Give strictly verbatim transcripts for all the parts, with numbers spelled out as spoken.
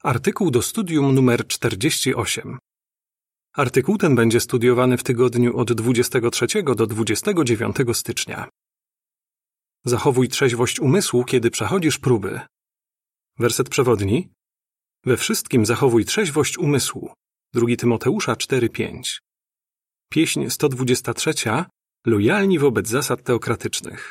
Artykuł do studium numer czterdzieści osiem. Artykuł ten będzie studiowany w tygodniu od dwudziestego trzeciego do dwudziestego dziewiątego stycznia. Zachowuj trzeźwość umysłu, kiedy przechodzisz próby. Werset przewodni. We wszystkim zachowuj trzeźwość umysłu. drugi Tymoteusza cztery pięć. Pieśń sto dwudziesta trzecia. Lojalni wobec zasad teokratycznych.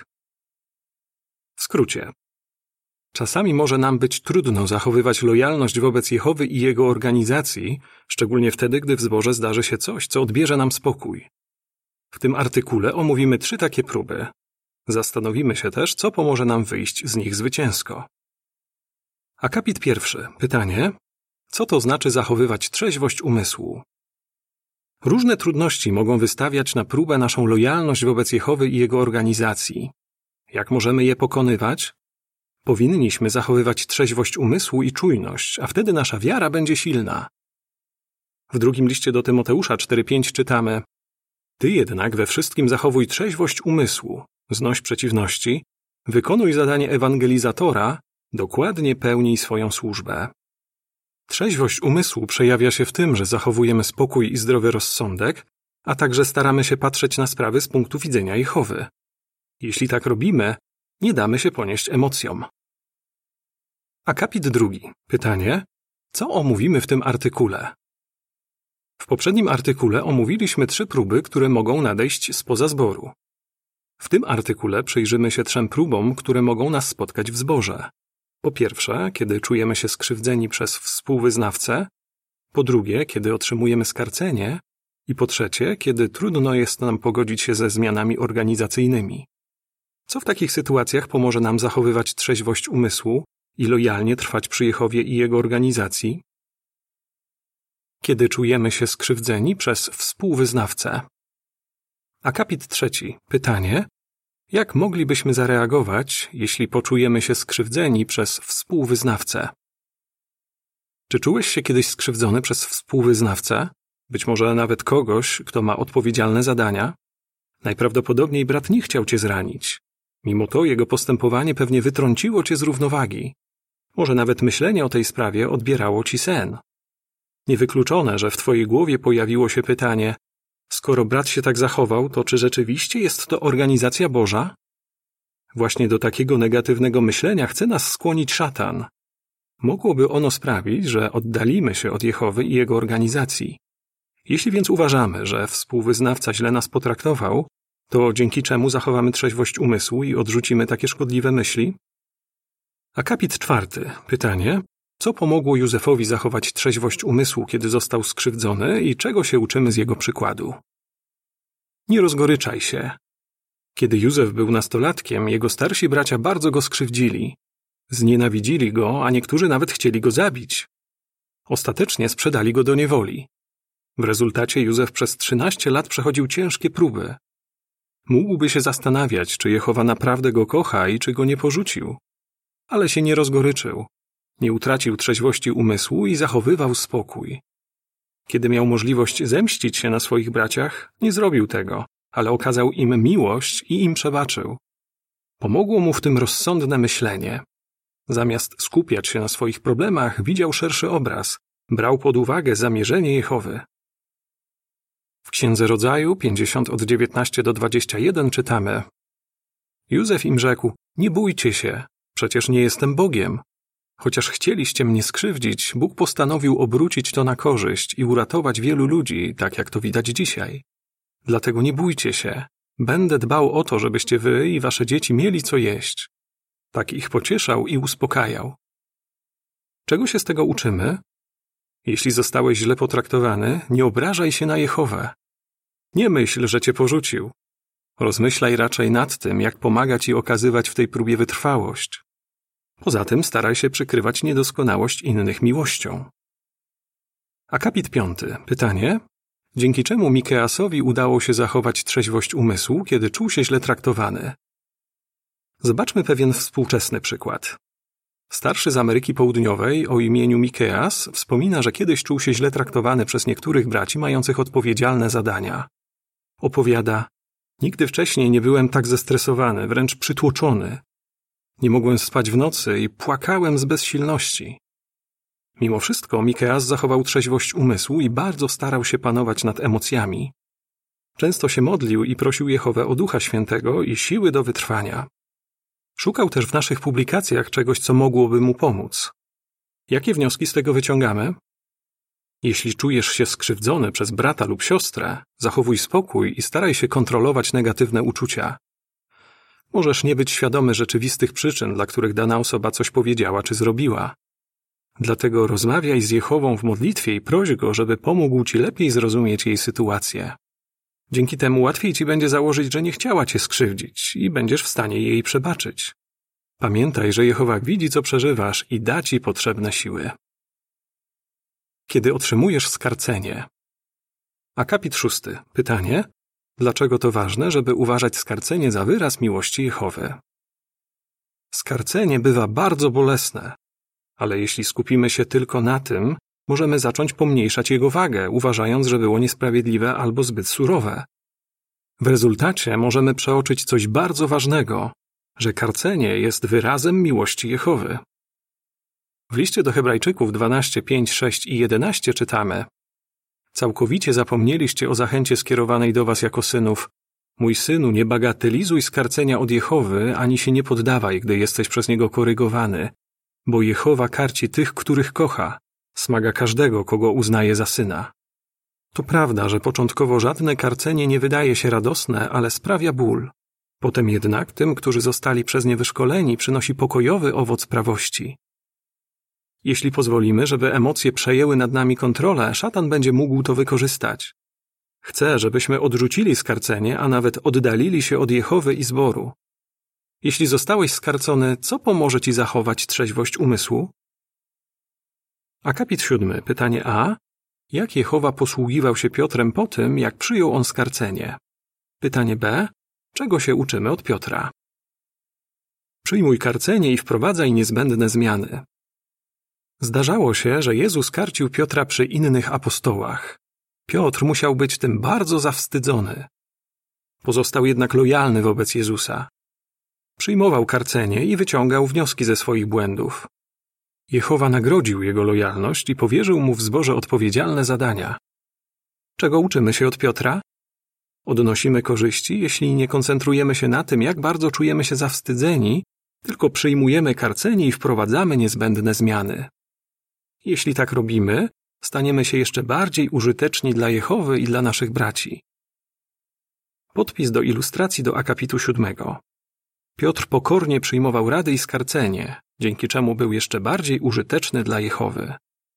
W skrócie. Czasami może nam być trudno zachowywać lojalność wobec Jehowy i jego organizacji, szczególnie wtedy, gdy w zborze zdarzy się coś, co odbierze nam spokój. W tym artykule omówimy trzy takie próby. Zastanowimy się też, co pomoże nam wyjść z nich zwycięsko. Akapit pierwszy. Pytanie. Co to znaczy zachowywać trzeźwość umysłu? Różne trudności mogą wystawiać na próbę naszą lojalność wobec Jehowy i jego organizacji. Jak możemy je pokonywać? Powinniśmy zachowywać trzeźwość umysłu i czujność, a wtedy nasza wiara będzie silna. W drugim liście do Tymoteusza cztery pięć czytamy: Ty jednak we wszystkim zachowuj trzeźwość umysłu, znoś przeciwności, wykonuj zadanie ewangelizatora, dokładnie pełnij swoją służbę. Trzeźwość umysłu przejawia się w tym, że zachowujemy spokój i zdrowy rozsądek, a także staramy się patrzeć na sprawy z punktu widzenia Jehowy. Jeśli tak robimy, nie damy się ponieść emocjom. Akapit drugi. Pytanie. Co omówimy w tym artykule? W poprzednim artykule omówiliśmy trzy próby, które mogą nadejść spoza zboru. W tym artykule przyjrzymy się trzem próbom, które mogą nas spotkać w zborze. Po pierwsze, kiedy czujemy się skrzywdzeni przez współwyznawcę, po drugie, kiedy otrzymujemy skarcenie i po trzecie, kiedy trudno jest nam pogodzić się ze zmianami organizacyjnymi. Co w takich sytuacjach pomoże nam zachowywać trzeźwość umysłu i lojalnie trwać przy Jehowie i jego organizacji? Kiedy czujemy się skrzywdzeni przez współwyznawcę. Akapit trzeci. Pytanie. Jak moglibyśmy zareagować, jeśli poczujemy się skrzywdzeni przez współwyznawcę? Czy czułeś się kiedyś skrzywdzony przez współwyznawcę? Być może nawet kogoś, kto ma odpowiedzialne zadania? Najprawdopodobniej brat nie chciał cię zranić. Mimo to jego postępowanie pewnie wytrąciło cię z równowagi. Może nawet myślenie o tej sprawie odbierało ci sen. Niewykluczone, że w twojej głowie pojawiło się pytanie: skoro brat się tak zachował, to czy rzeczywiście jest to organizacja Boża? Właśnie do takiego negatywnego myślenia chce nas skłonić szatan. Mogłoby ono sprawić, że oddalimy się od Jehowy i jego organizacji. Jeśli więc uważamy, że współwyznawca źle nas potraktował, to dzięki czemu zachowamy trzeźwość umysłu i odrzucimy takie szkodliwe myśli? Akapit czwarty. Pytanie. Co pomogło Józefowi zachować trzeźwość umysłu, kiedy został skrzywdzony i czego się uczymy z jego przykładu? Nie rozgoryczaj się. Kiedy Józef był nastolatkiem, jego starsi bracia bardzo go skrzywdzili. Znienawidzili go, a niektórzy nawet chcieli go zabić. Ostatecznie sprzedali go do niewoli. W rezultacie Józef przez trzynaście lat przechodził ciężkie próby. Mógłby się zastanawiać, czy Jehowa naprawdę go kocha i czy go nie porzucił. Ale się nie rozgoryczył. Nie utracił trzeźwości umysłu i zachowywał spokój. Kiedy miał możliwość zemścić się na swoich braciach, nie zrobił tego, ale okazał im miłość i im przebaczył. Pomogło mu w tym rozsądne myślenie. Zamiast skupiać się na swoich problemach, widział szerszy obraz, brał pod uwagę zamierzenie Jehowy. W Księdze Rodzaju pięćdziesiąt od dziewiętnaście do dwudziestu jeden czytamy: Józef im rzekł: nie bójcie się, przecież nie jestem Bogiem. Chociaż chcieliście mnie skrzywdzić, Bóg postanowił obrócić to na korzyść i uratować wielu ludzi, tak jak to widać dzisiaj. Dlatego nie bójcie się. Będę dbał o to, żebyście wy i wasze dzieci mieli co jeść. Tak ich pocieszał i uspokajał. Czego się z tego uczymy? Jeśli zostałeś źle potraktowany, nie obrażaj się na Jehowę. Nie myśl, że cię porzucił. Rozmyślaj raczej nad tym, jak pomagać i okazywać w tej próbie wytrwałość. Poza tym staraj się przykrywać niedoskonałość innych miłością. Akapit piąty. Pytanie. Dzięki czemu Mikeasowi udało się zachować trzeźwość umysłu, kiedy czuł się źle traktowany? Zobaczmy pewien współczesny przykład. Starszy z Ameryki Południowej o imieniu Mikeas wspomina, że kiedyś czuł się źle traktowany przez niektórych braci mających odpowiedzialne zadania. Opowiada: nigdy wcześniej nie byłem tak zestresowany, wręcz przytłoczony. Nie mogłem spać w nocy i płakałem z bezsilności. Mimo wszystko Mikeas zachował trzeźwość umysłu i bardzo starał się panować nad emocjami. Często się modlił i prosił Jehowę o Ducha Świętego i siły do wytrwania. Szukał też w naszych publikacjach czegoś, co mogłoby mu pomóc. Jakie wnioski z tego wyciągamy? Jeśli czujesz się skrzywdzony przez brata lub siostrę, zachowuj spokój i staraj się kontrolować negatywne uczucia. Możesz nie być świadomy rzeczywistych przyczyn, dla których dana osoba coś powiedziała czy zrobiła. Dlatego rozmawiaj z Jehową w modlitwie i proś Go, żeby pomógł Ci lepiej zrozumieć jej sytuację. Dzięki temu łatwiej Ci będzie założyć, że nie chciała Cię skrzywdzić i będziesz w stanie jej przebaczyć. Pamiętaj, że Jehowa widzi, co przeżywasz i da Ci potrzebne siły. Kiedy otrzymujesz skarcenie. Akapit szósty. Pytanie. Dlaczego to ważne, żeby uważać skarcenie za wyraz miłości Jehowy? Skarcenie bywa bardzo bolesne, ale jeśli skupimy się tylko na tym, możemy zacząć pomniejszać jego wagę, uważając, że było niesprawiedliwe albo zbyt surowe. W rezultacie możemy przeoczyć coś bardzo ważnego, że karcenie jest wyrazem miłości Jehowy. W liście do Hebrajczyków dwanaście, pięć, sześć i jedenaście czytamy: Całkowicie zapomnieliście o zachęcie skierowanej do was jako synów. Mój synu, nie bagatelizuj skarcenia od Jehowy, ani się nie poddawaj, gdy jesteś przez niego korygowany, bo Jehowa karci tych, których kocha, smaga każdego, kogo uznaje za syna. To prawda, że początkowo żadne karcenie nie wydaje się radosne, ale sprawia ból. Potem jednak tym, którzy zostali przez nie wyszkoleni, przynosi pokojowy owoc prawości. Jeśli pozwolimy, żeby emocje przejęły nad nami kontrolę, szatan będzie mógł to wykorzystać. Chce, żebyśmy odrzucili skarcenie, a nawet oddalili się od Jehowy i zboru. Jeśli zostałeś skarcony, co pomoże ci zachować trzeźwość umysłu? Akapit siódmy. Pytanie A. Jak Jehowa posługiwał się Piotrem po tym, jak przyjął on skarcenie? Pytanie B. Czego się uczymy od Piotra? Przyjmuj karcenie i wprowadzaj niezbędne zmiany. Zdarzało się, że Jezus karcił Piotra przy innych apostołach. Piotr musiał być tym bardzo zawstydzony. Pozostał jednak lojalny wobec Jezusa. Przyjmował karcenie i wyciągał wnioski ze swoich błędów. Jehowa nagrodził jego lojalność i powierzył mu w zborze odpowiedzialne zadania. Czego uczymy się od Piotra? Odnosimy korzyści, jeśli nie koncentrujemy się na tym, jak bardzo czujemy się zawstydzeni, tylko przyjmujemy karcenie i wprowadzamy niezbędne zmiany. Jeśli tak robimy, staniemy się jeszcze bardziej użyteczni dla Jehowy i dla naszych braci. Podpis do ilustracji do akapitu siódmego. Piotr pokornie przyjmował rady i skarcenie, dzięki czemu był jeszcze bardziej użyteczny dla Jehowy.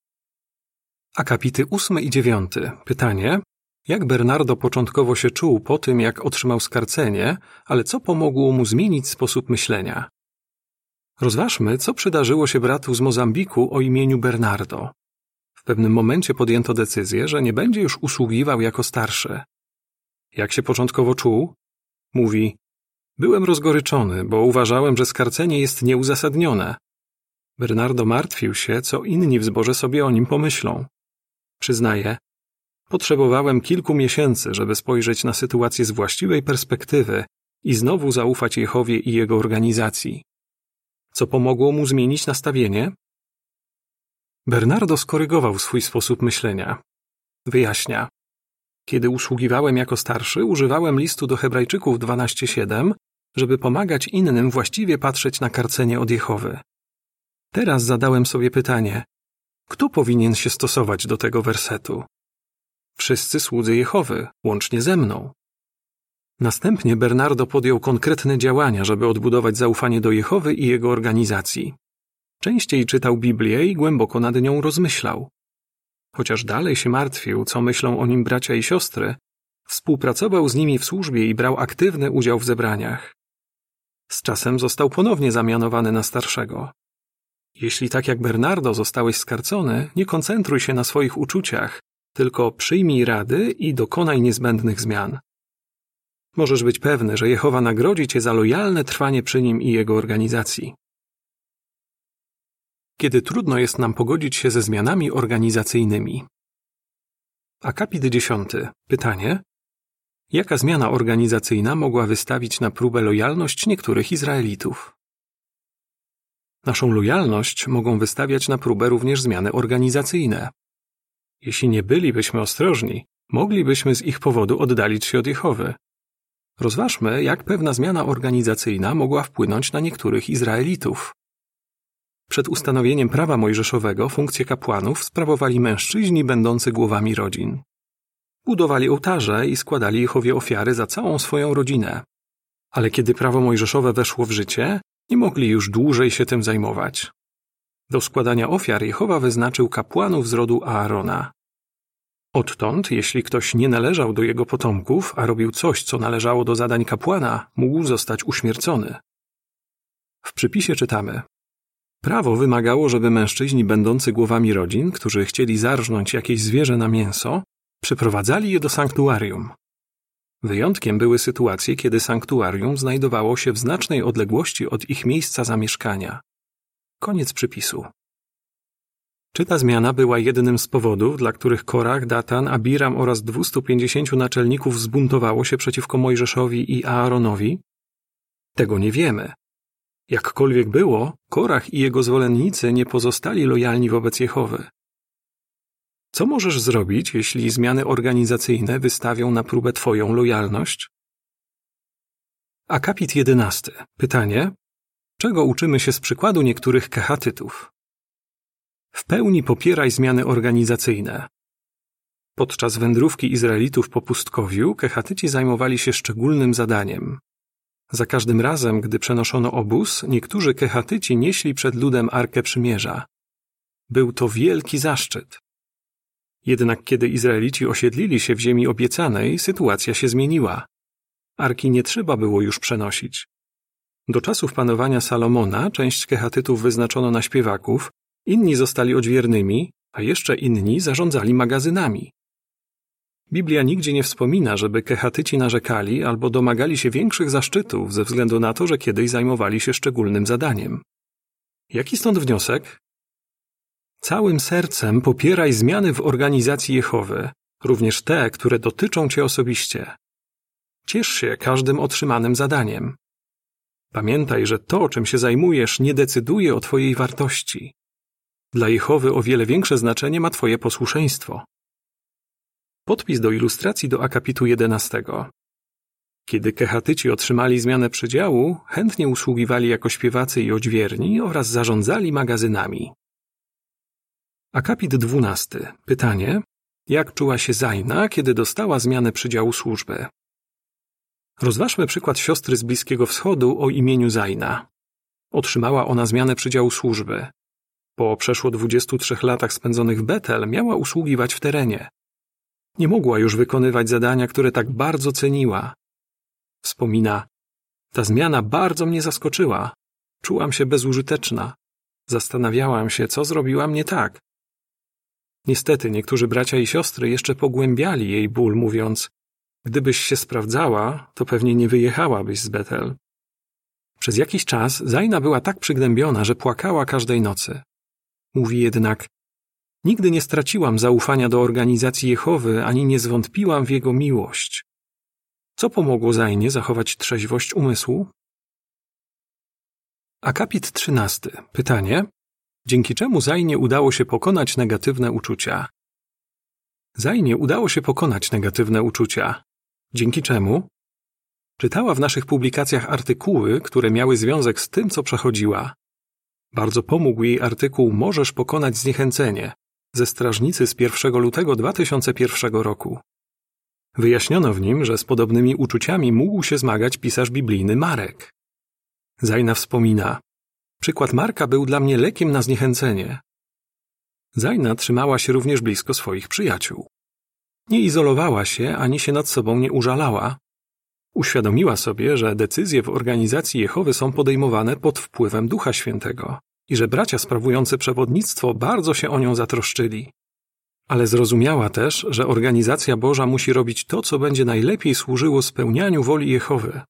Akapity ósmy i dziewiąty. Pytanie. Jak Bernardo początkowo się czuł po tym, jak otrzymał skarcenie, ale co pomogło mu zmienić sposób myślenia? Rozważmy, co przydarzyło się bratu z Mozambiku o imieniu Bernardo. W pewnym momencie podjęto decyzję, że nie będzie już usługiwał jako starszy. Jak się początkowo czuł? Mówi: byłem rozgoryczony, bo uważałem, że skarcenie jest nieuzasadnione. Bernardo martwił się, co inni w zborze sobie o nim pomyślą. Przyznaje: potrzebowałem kilku miesięcy, żeby spojrzeć na sytuację z właściwej perspektywy i znowu zaufać Jehowie i jego organizacji. Co pomogło mu zmienić nastawienie? Bernardo skorygował swój sposób myślenia. Wyjaśnia. Kiedy usługiwałem jako starszy, używałem listu do Hebrajczyków dwanaście siedem, żeby pomagać innym właściwie patrzeć na karcenie od Jehowy. Teraz zadałem sobie pytanie, kto powinien się stosować do tego wersetu? Wszyscy słudzy Jehowy, łącznie ze mną. Następnie Bernardo podjął konkretne działania, żeby odbudować zaufanie do Jehowy i jego organizacji. Częściej czytał Biblię i głęboko nad nią rozmyślał. Chociaż dalej się martwił, co myślą o nim bracia i siostry, współpracował z nimi w służbie i brał aktywny udział w zebraniach. Z czasem został ponownie zamianowany na starszego. Jeśli tak jak Bernardo zostałeś skarcony, nie koncentruj się na swoich uczuciach, tylko przyjmij rady i dokonaj niezbędnych zmian. Możesz być pewny, że Jehowa nagrodzi cię za lojalne trwanie przy nim i jego organizacji. Kiedy trudno jest nam pogodzić się ze zmianami organizacyjnymi. Akapit dziesiąty. Pytanie. Jaka zmiana organizacyjna mogła wystawić na próbę lojalność niektórych Izraelitów? Naszą lojalność mogą wystawiać na próbę również zmiany organizacyjne. Jeśli nie bylibyśmy ostrożni, moglibyśmy z ich powodu oddalić się od Jehowy. Rozważmy, jak pewna zmiana organizacyjna mogła wpłynąć na niektórych Izraelitów. Przed ustanowieniem prawa mojżeszowego funkcję kapłanów sprawowali mężczyźni będący głowami rodzin. Budowali ołtarze i składali Jehowie ofiary za całą swoją rodzinę. Ale kiedy prawo mojżeszowe weszło w życie, nie mogli już dłużej się tym zajmować. Do składania ofiar Jehowa wyznaczył kapłanów z rodu Aarona. Odtąd, jeśli ktoś nie należał do jego potomków, a robił coś, co należało do zadań kapłana, mógł zostać uśmiercony. W przypisie czytamy: prawo wymagało, żeby mężczyźni będący głowami rodzin, którzy chcieli zarżnąć jakieś zwierzę na mięso, przyprowadzali je do sanktuarium. Wyjątkiem były sytuacje, kiedy sanktuarium znajdowało się w znacznej odległości od ich miejsca zamieszkania. Koniec przypisu. Czy ta zmiana była jednym z powodów, dla których Korach, Datan, Abiram oraz dwustu pięćdziesięciu naczelników zbuntowało się przeciwko Mojżeszowi i Aaronowi? Tego nie wiemy. Jakkolwiek było, Korach i jego zwolennicy nie pozostali lojalni wobec Jehowy. Co możesz zrobić, jeśli zmiany organizacyjne wystawią na próbę twoją lojalność? Akapit jedenasty. Pytanie: czego uczymy się z przykładu niektórych Kehatytów? W pełni popieraj zmiany organizacyjne. Podczas wędrówki Izraelitów po pustkowiu Kehatyci zajmowali się szczególnym zadaniem. Za każdym razem, gdy przenoszono obóz, niektórzy Kehatyci nieśli przed ludem Arkę Przymierza. Był to wielki zaszczyt. Jednak kiedy Izraelici osiedlili się w ziemi obiecanej, sytuacja się zmieniła. Arki nie trzeba było już przenosić. Do czasów panowania Salomona część Kehatytów wyznaczono na śpiewaków, inni zostali odźwiernymi, a jeszcze inni zarządzali magazynami. Biblia nigdzie nie wspomina, żeby Kehatyci narzekali albo domagali się większych zaszczytów ze względu na to, że kiedyś zajmowali się szczególnym zadaniem. Jaki stąd wniosek? Całym sercem popieraj zmiany w organizacji Jehowy, również te, które dotyczą cię osobiście. Ciesz się każdym otrzymanym zadaniem. Pamiętaj, że to, czym się zajmujesz, nie decyduje o twojej wartości. Dla Jehowy o wiele większe znaczenie ma twoje posłuszeństwo. Podpis do ilustracji do akapitu jedenastego. Kiedy Kehatyci otrzymali zmianę przydziału, chętnie usługiwali jako śpiewacy i odźwierni oraz zarządzali magazynami. Akapit dwunasty. Pytanie: jak czuła się Zajna, kiedy dostała zmianę przydziału służby? Rozważmy przykład siostry z Bliskiego Wschodu o imieniu Zajna. Otrzymała ona zmianę przydziału służby. Po przeszło dwudziestu trzech latach spędzonych w Betel miała usługiwać w terenie. Nie mogła już wykonywać zadania, które tak bardzo ceniła. Wspomina: ta zmiana bardzo mnie zaskoczyła. Czułam się bezużyteczna. Zastanawiałam się, co zrobiłam nie tak. Niestety niektórzy bracia i siostry jeszcze pogłębiali jej ból, mówiąc: gdybyś się sprawdzała, to pewnie nie wyjechałabyś z Betel. Przez jakiś czas Zajna była tak przygnębiona, że płakała każdej nocy. Mówi jednak: nigdy nie straciłam zaufania do organizacji Jehowy, ani nie zwątpiłam w jego miłość. Co pomogło Zajnie zachować trzeźwość umysłu? Akapit trzynasty. Pytanie: dzięki czemu Zajnie udało się pokonać negatywne uczucia? Zajnie udało się pokonać negatywne uczucia. Dzięki czemu? Czytała w naszych publikacjach artykuły, które miały związek z tym, co przechodziła. Bardzo pomógł jej artykuł „Możesz pokonać zniechęcenie” ze strażnicy z pierwszego lutego dwa tysiące pierwszego roku. Wyjaśniono w nim, że z podobnymi uczuciami mógł się zmagać pisarz biblijny Marek. Zajna wspomina: przykład Marka był dla mnie lekiem na zniechęcenie. Zajna trzymała się również blisko swoich przyjaciół. Nie izolowała się, ani się nad sobą nie użalała. Uświadomiła sobie, że decyzje w organizacji Jehowy są podejmowane pod wpływem Ducha Świętego i że bracia sprawujący przewodnictwo bardzo się o nią zatroszczyli. Ale zrozumiała też, że organizacja Boża musi robić to, co będzie najlepiej służyło spełnianiu woli Jehowy.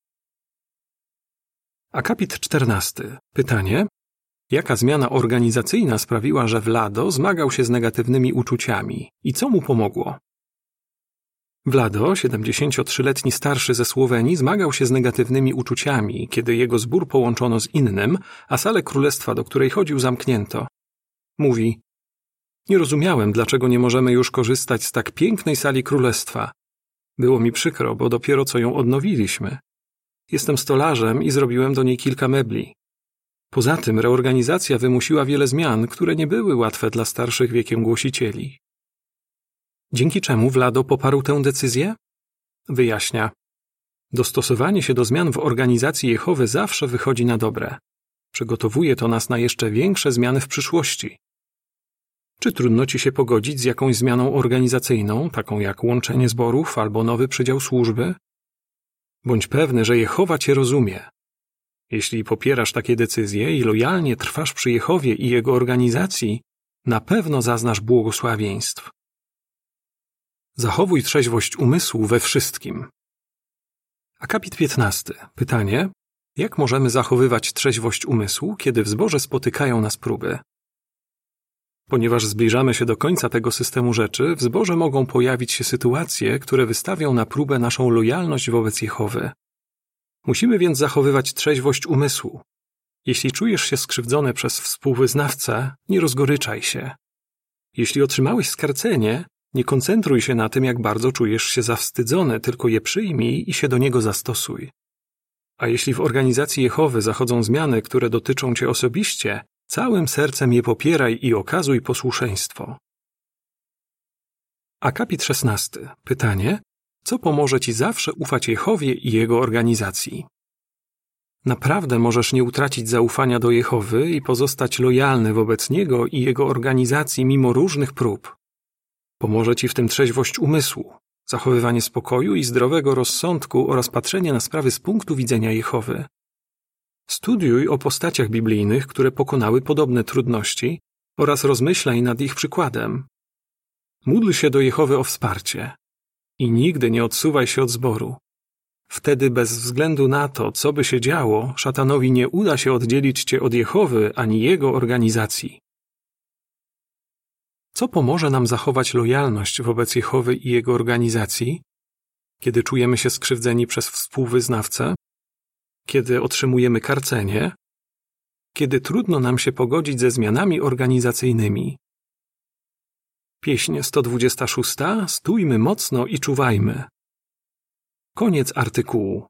Akapit czternasty. Pytanie: jaka zmiana organizacyjna sprawiła, że Vlado zmagał się z negatywnymi uczuciami i co mu pomogło? Vlado, siedemdziesięciotrzyletni starszy ze Słowenii, zmagał się z negatywnymi uczuciami, kiedy jego zbór połączono z innym, a salę królestwa, do której chodził, zamknięto. Mówi: nie rozumiałem, dlaczego nie możemy już korzystać z tak pięknej sali królestwa. Było mi przykro, bo dopiero co ją odnowiliśmy. Jestem stolarzem i zrobiłem do niej kilka mebli. Poza tym reorganizacja wymusiła wiele zmian, które nie były łatwe dla starszych wiekiem głosicieli. Dzięki czemu Vlado poparł tę decyzję? Wyjaśnia: dostosowanie się do zmian w organizacji Jehowy zawsze wychodzi na dobre. Przygotowuje to nas na jeszcze większe zmiany w przyszłości. Czy trudno ci się pogodzić z jakąś zmianą organizacyjną, taką jak łączenie zborów albo nowy przydział służby? Bądź pewny, że Jehowa cię rozumie. Jeśli popierasz takie decyzje i lojalnie trwasz przy Jehowie i jego organizacji, na pewno zaznasz błogosławieństw. Zachowuj trzeźwość umysłu we wszystkim. Akapit piętnasty. Pytanie: jak możemy zachowywać trzeźwość umysłu, kiedy w zborze spotykają nas próby? Ponieważ zbliżamy się do końca tego systemu rzeczy, w zborze mogą pojawić się sytuacje, które wystawią na próbę naszą lojalność wobec Jehowy. Musimy więc zachowywać trzeźwość umysłu. Jeśli czujesz się skrzywdzony przez współwyznawcę, nie rozgoryczaj się. Jeśli otrzymałeś skarcenie, nie koncentruj się na tym, jak bardzo czujesz się zawstydzony, tylko je przyjmij i się do niego zastosuj. A jeśli w organizacji Jehowy zachodzą zmiany, które dotyczą cię osobiście, całym sercem je popieraj i okazuj posłuszeństwo. Akapit szesnasty. Pytanie: co pomoże ci zawsze ufać Jehowie i jego organizacji? Naprawdę możesz nie utracić zaufania do Jehowy i pozostać lojalny wobec niego i jego organizacji mimo różnych prób. Pomoże ci w tym trzeźwość umysłu, zachowywanie spokoju i zdrowego rozsądku oraz patrzenie na sprawy z punktu widzenia Jehowy. Studiuj o postaciach biblijnych, które pokonały podobne trudności oraz rozmyślaj nad ich przykładem. Módl się do Jehowy o wsparcie i nigdy nie odsuwaj się od zboru. Wtedy bez względu na to, co by się działo, szatanowi nie uda się oddzielić cię od Jehowy ani jego organizacji. Co pomoże nam zachować lojalność wobec Jehowy i jego organizacji, kiedy czujemy się skrzywdzeni przez współwyznawcę, kiedy otrzymujemy karcenie, kiedy trudno nam się pogodzić ze zmianami organizacyjnymi? Pieśń sto dwudziesta szósta. Stójmy mocno i czuwajmy. Koniec artykułu.